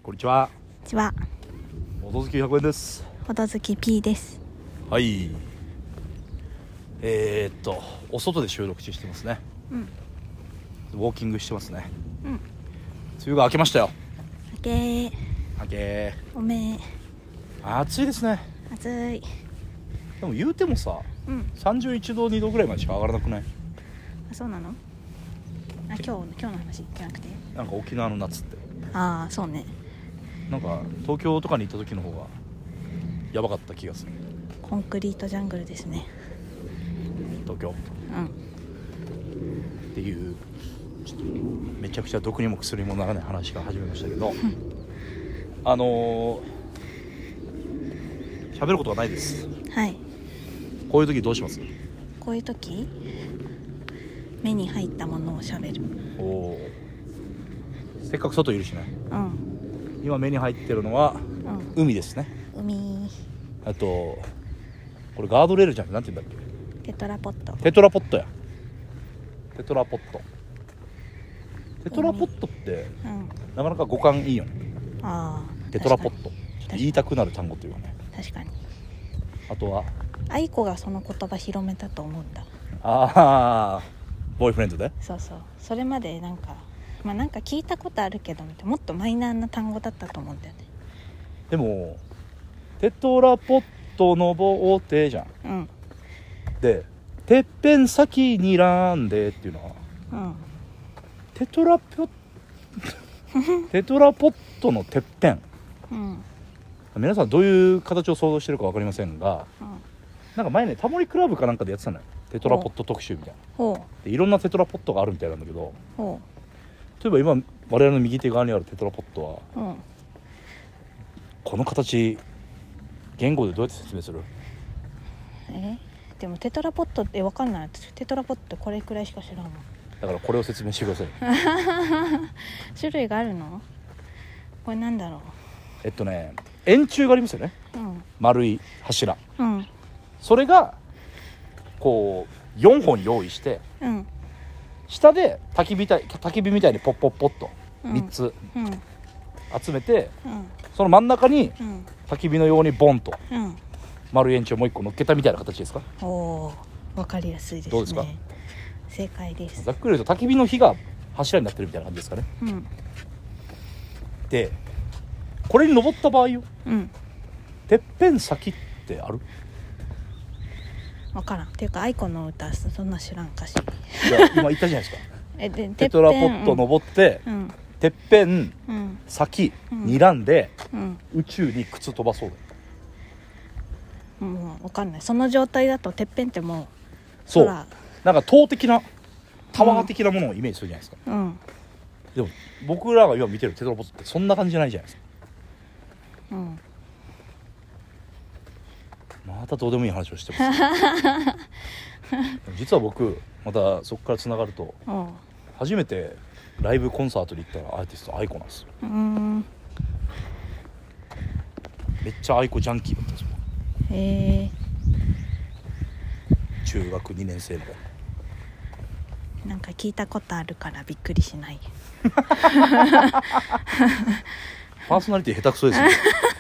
こんにちは。 こんにちは。 ほどずき100円です。 ほどずき P です。 はい。お外で収録してますね。ウォーキングしてますね。梅雨が明けましたよ。 明けおめ暑いですね。 暑い。 でも言うてもさ、31度2度ぐらいまでしか上がらなくない？ あ、そうなの？あ、今日の話じゃなくて、 なんか沖縄の夏って、 ああ、そうね。 なんか東京とかに行った時の方がやばかった気がする。 コンクリートジャングルですね。 東京っていうちょっとめちゃくちゃ毒にも薬にもならない話から始めましたけど喋ることがないです。 はい。 こういう時どうします？ こういう時、目に入ったものを喋る。 おー、せっかく外いるしね。今目に入ってるのは、海ですね。 海。 あとこれガードレールじゃん、なんて言うんだっけ？ テトラポット。 テトラポットや。テトラポット。テトラポットって、なかなか語感いいよね。 ああ。 テトラポット。ちょっと言いたくなる単語というかね。 確かに。 あとは愛子がその言葉広めたと思うんだ。 ああ、ボーイフレンドで。 そうそう。それまでなんか聞いたことあるけどもっとマイナーな単語だったと思うんだよね。 でもテトラポット登ってじゃん。でてっぺん先にらんでっていうのは、テトラポットのてっぺん、皆さんどういう形を想像してるか分かりませんが、なんか前ねタモリクラブかなんかでやってたのよ、テトラポット特集みたいな。でいろんなテトラポットがあるみたいなんだけど、例えば今我々の右手側にあるテトラポットは、この形言語でどうやって説明する？ でもテトラポットって分かんない。テトラポットこれくらいしか知らんもん。 だからこれを説明してください。 種類があるの？これなんだろう。 円柱がありますよね、丸い柱、それがこう4本用意して、下で焚き火みたいにポッポッポッと3つ集めて、その真ん中に焚き火のようにボンと丸い円柱をもう1個乗っけたみたいな形ですか？ おー、分かりやすいですね。 どうですか？ 正解です。 ざっくり言うと焚き火の火が柱になってるみたいな感じですかね。でこれに登った場合よ、てっぺん先ってある？ 分からん。っていうか愛子の歌そんな知らんかし。 今言ったじゃないですか。テトラポット登って、てっぺん先睨んで、宇宙に靴飛ばそうだよ。 もう分かんない。その状態だとてっぺんってもうそうなんか塔的なタワー的なものをイメージするじゃないですか。でも僕らが今見てるテトラポットってそんな感じじゃないじゃないですか。またどうでもいい話をしてます実は僕またそこからつながると、初めてライブコンサートに行ったアーティスト愛子なんですよ。めっちゃ愛子ジャンキーだったんですよ。中学2年生のなんか聞いたことあるからびっくりしない。 パーソナリティ下手くそですよ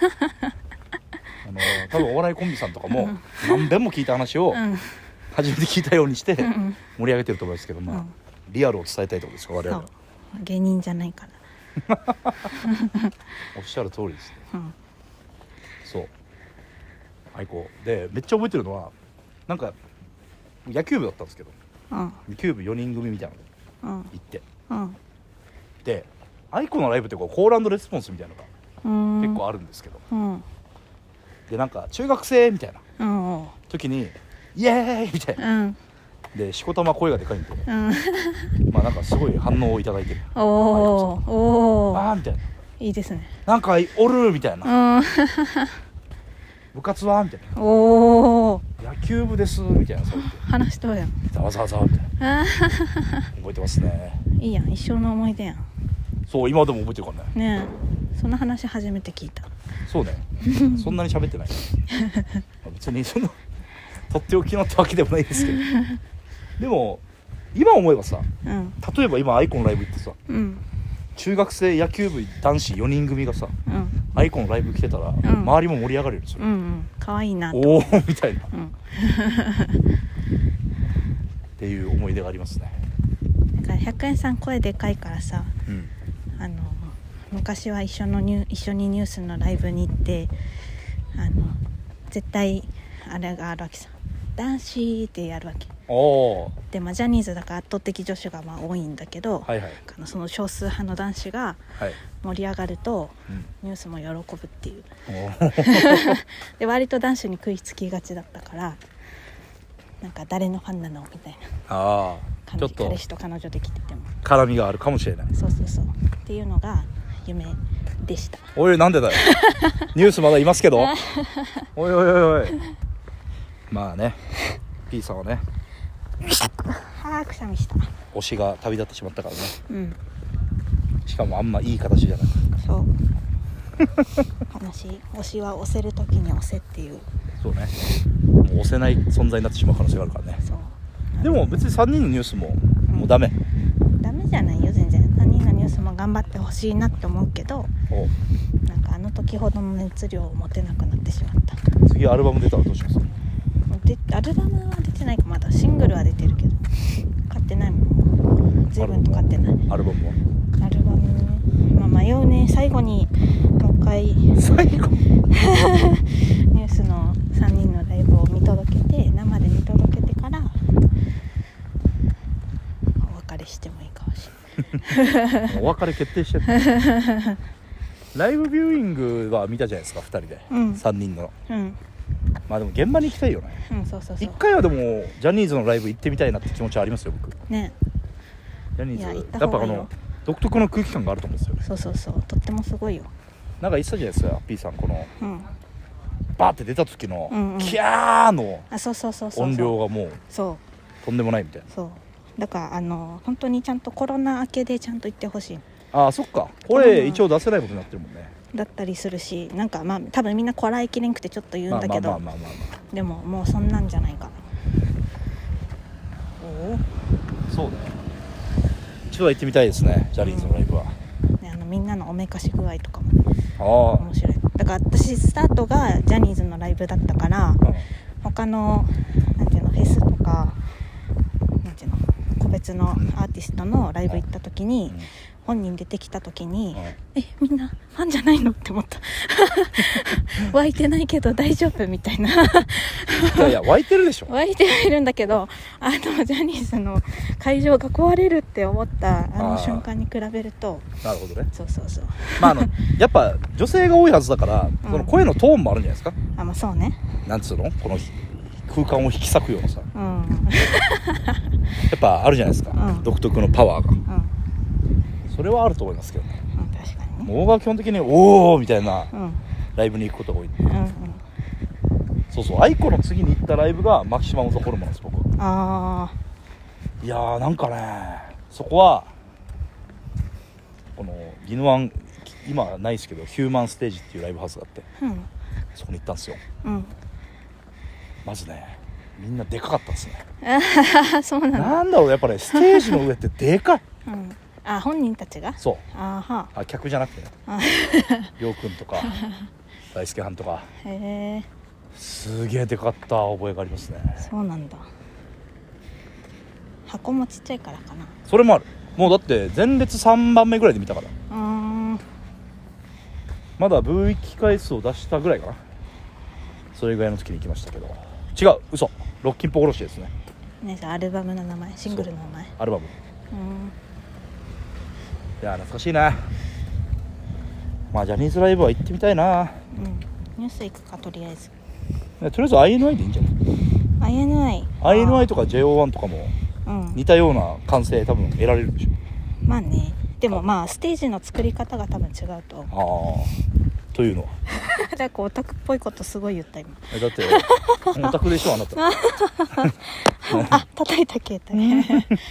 多分お笑いコンビさんとかも何遍も聞いた話を初めて聞いたようにして盛り上げてると思いますけど、リアルを伝えたいところですか我々は。 芸人じゃないからおっしゃる通りですね。そう愛子でめっちゃ覚えてるのは、なんか野球部だったんですけど、野球部4人組みたいなの行って、で愛子のライブってこうコール&レスポンスみたいなのが結構あるんですけど、でなんか中学生みたいな時にイエーイみたいな、でしこたま声がでかいんで、まあなんかすごい反応をいただいてる。 おあーみたいな、 いいですね。 なんかおるみたいな、部活はみたいな、 野球部ですみたいな、そう言って話しとうやん。 ざわざわざわみたいな覚えてますね。 いいやん、一生の思い出やん。 そう今でも覚えてるからね。 ねえ、その話初めて聞いた。 そうねそんなに喋ってない別にそのとっておきのってわけでもないですけどでも今思えばさ、例えば今アイコンライブ行ってさ、 中学生野球部男子4人組がさ、 うん、 アイコのライブ来てたら、周りも盛り上がるよそれ、 うんうん、可愛いなとおおみたいな、っていう思い出がありますね。 だから100円さん声でかいからさ、昔は一緒にニュースのライブに行って絶対あれがあるわけさ、男子ってやるわけで、ジャニーズだから圧倒的女子が多いんだけど、 はいはい、 その少数派の男子が盛り上がると、ニュースも喜ぶっていうで割と男子に食いつきがちだったから、なんか誰のファンなのみたいな感じ、彼氏と彼女できてても絡みがあるかもしれない。 そうっていうのが夢でした。 おいなんでだよニュースまだいますけどおいまあね、 P さんはねくしゃみした。 推しが旅立ってしまったからね、しかもあんまいい形じゃない。 そう悲しい。推しは押せる時に押せっていう。 そうね、もう押せない存在になってしまう可能性があるからね。そうでも別に3人のニュースも、もうダメじゃないよ全然。3人のニュースも頑張ってほしいなって思うけど、なんかあの時ほどの熱量を持てなくなってしまった。 次アルバム出たらどうします？ アルバムは出てないか、まだシングルは出てるけど買ってないもん。随分と買ってない。 アルバムは迷うね。最後にもう一回ニュースの3人のライブを見届けて、生で見届けてからお別れしてもいいかもしれないお別れ決定してるライブビューイングは見たじゃないですか2人で、3人の、まあでも現場に行きたいよね。一回はでもジャニーズのライブ行ってみたいなって気持ちはありますよ僕ね。ジャニーズやっぱ独特の空気感があると思うんですよね。そうとってもすごいよ。なんか言ってたじゃないですか P さん、この、バーって出た時の、キャーの音量がもうとんでもないみたいな。そうだから本当にちゃんとコロナ明けでちゃんと行ってほしい。ああそっか、これ一応出せないことになってるもんね。だったりするし、なんか多分みんなこらえきれんくてちょっと言うんだけど、でももうそんなんじゃないか。そうね、一度は行ってみたいですね、ジャニーズのライブは、みんなのおめかし具合とかも面白い。だから私スタートがジャニーズのライブだったから、他のなんていうのフェスとかなんていうの個別のアーティストのライブ行った時に、本人出てきた時に、みんなファンじゃないのって思った湧いてないけど大丈夫みたいないや湧いてるでしょ。湧いてはいるんだけど、ジャニーズの会場が壊れるって思った瞬間に比べると。なるほどね。そうやっぱ女性が多いはずだから、その声のトーンもあるんじゃないですか。そうね、なんつうの、この空間を引き裂くようなさ、やっぱあるじゃないですか、独特のパワーが、それはあると思いますけどね。確かにね。僕は基本的におーみたいなライブに行くことが多いんで、そうアイコの次に行ったライブがマキシマムザホルモンです僕。いやーなんかね、そこはこの宜野湾、今はないですけどヒューマンステージっていうライブハウスがあって、そこに行ったんですよ。まずね、みんなでかかったんですね。そうなんだ。なんだろう、やっぱねステージの上ってでかい。本人たちが。そう客じゃなくてね、りょうくんとか大輔はんとか、すげえでかかった覚えがありますね。そうなんだ。箱もちっちゃいからかな。それもある。もうだって前列3番目ぐらいで見たから。まだブーイキ回数を出したぐらいかな。それぐらいの時に行きましたけど。違う、嘘、ロッキンポコロシですね。ね、アルバムの名前、シングルの名前。アルバム。いや懐かしいな。まあジャニーズライブは行ってみたいな。ニュース行くか、とりあえず。とりあえず INI でいいんじゃない？ INI とか JO1 とかも似たような完成多分得られるでしょ。まあね、でもステージの作り方が多分違うと思う。というのはなんかオタクっぽいことすごい言った今。だってオタクでしょあなた叩いた携帯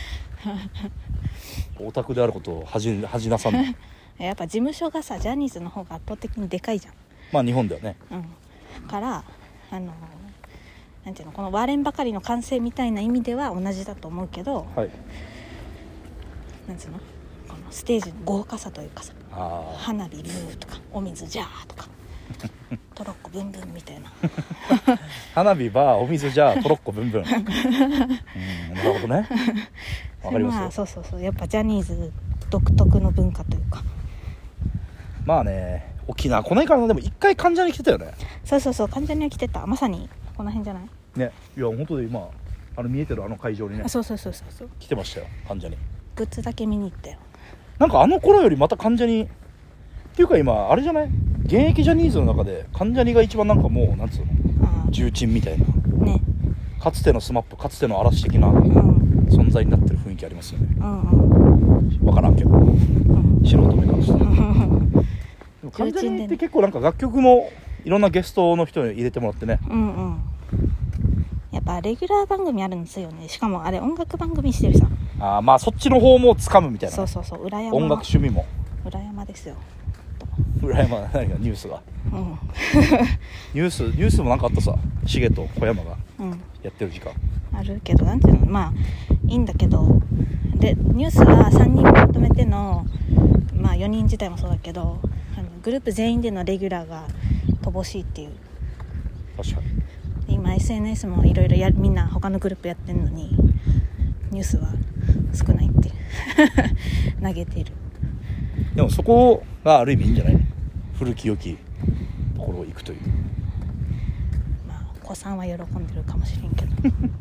オタクであることを恥じなさんのやっぱ事務所がさ、ジャニーズの方が圧倒的にでかいじゃん。まあ日本ではね、からなんていうの、この割れんばかりの完成みたいな意味では同じだと思うけど、なんていうの、このステージの豪華さというかさ、 あ花火ブーとかお水ジャーとかトロッコブンブンみたいな花火バーお水じゃトロッコブンブンなるほどね、わかりますよ。 まあそうそうそう、やっぱジャニーズ独特の文化というか。 まあね、沖縄来ないからな。でも一回関ジャニ来てたよね。 そうそうそう、関ジャニは来てた。まさにこの辺じゃないね。いや本当で今見えてる会場にね、 そうそうそうそうそう、 来てましたよ関ジャニ。 グッズだけ見に行ったよ。 なんか頃よりまた関ジャニっていうか今あれじゃない、現役ジャニーズの中で関ジャニが一番なんかもうなんつうの重鎮みたいなね、 かつてのスマップかつての嵐的な存在になってる雰囲気ありますよね。分からんけど、素人目からしてでも関ジャニって結構なんか楽曲もいろんなゲストの人に入れてもらってね、 やっぱレギュラー番組あるんですよね。しかもあれ音楽番組してるさ。 まあそっちの方も掴むみたいな、ね、 そうそうそう、裏山、 音楽趣味も裏山ですよ。 裏山何がニュースが、ニュースもなんかあったさ、シゲと小山がやってる時間、 あるけど、なんていうの、まあいいんだけど、でニュースは3人まとめての、まあ4人自体もそうだけど、グループ全員でのレギュラーが乏しいっていう。 確かに今 SNS もいろいろみんな他のグループやってるのにニュースは少ないって嘆いている。 でもそこがある意味いいんじゃない、古き良きところを行くという。 まあ子さんは喜んでるかもしれんけど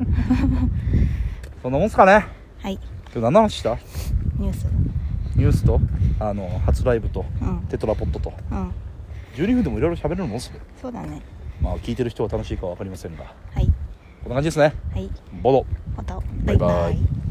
そんなもんすかね。 はい、 今日何の話した？ ニュースと初ライブと、テトラポットと、12分でもいろいろ喋れるもんする。 そうだね。 まあ聞いてる人は楽しいかは分かりませんが、 はい、 こんな感じですね。 はい、 ボドまたバイバイ。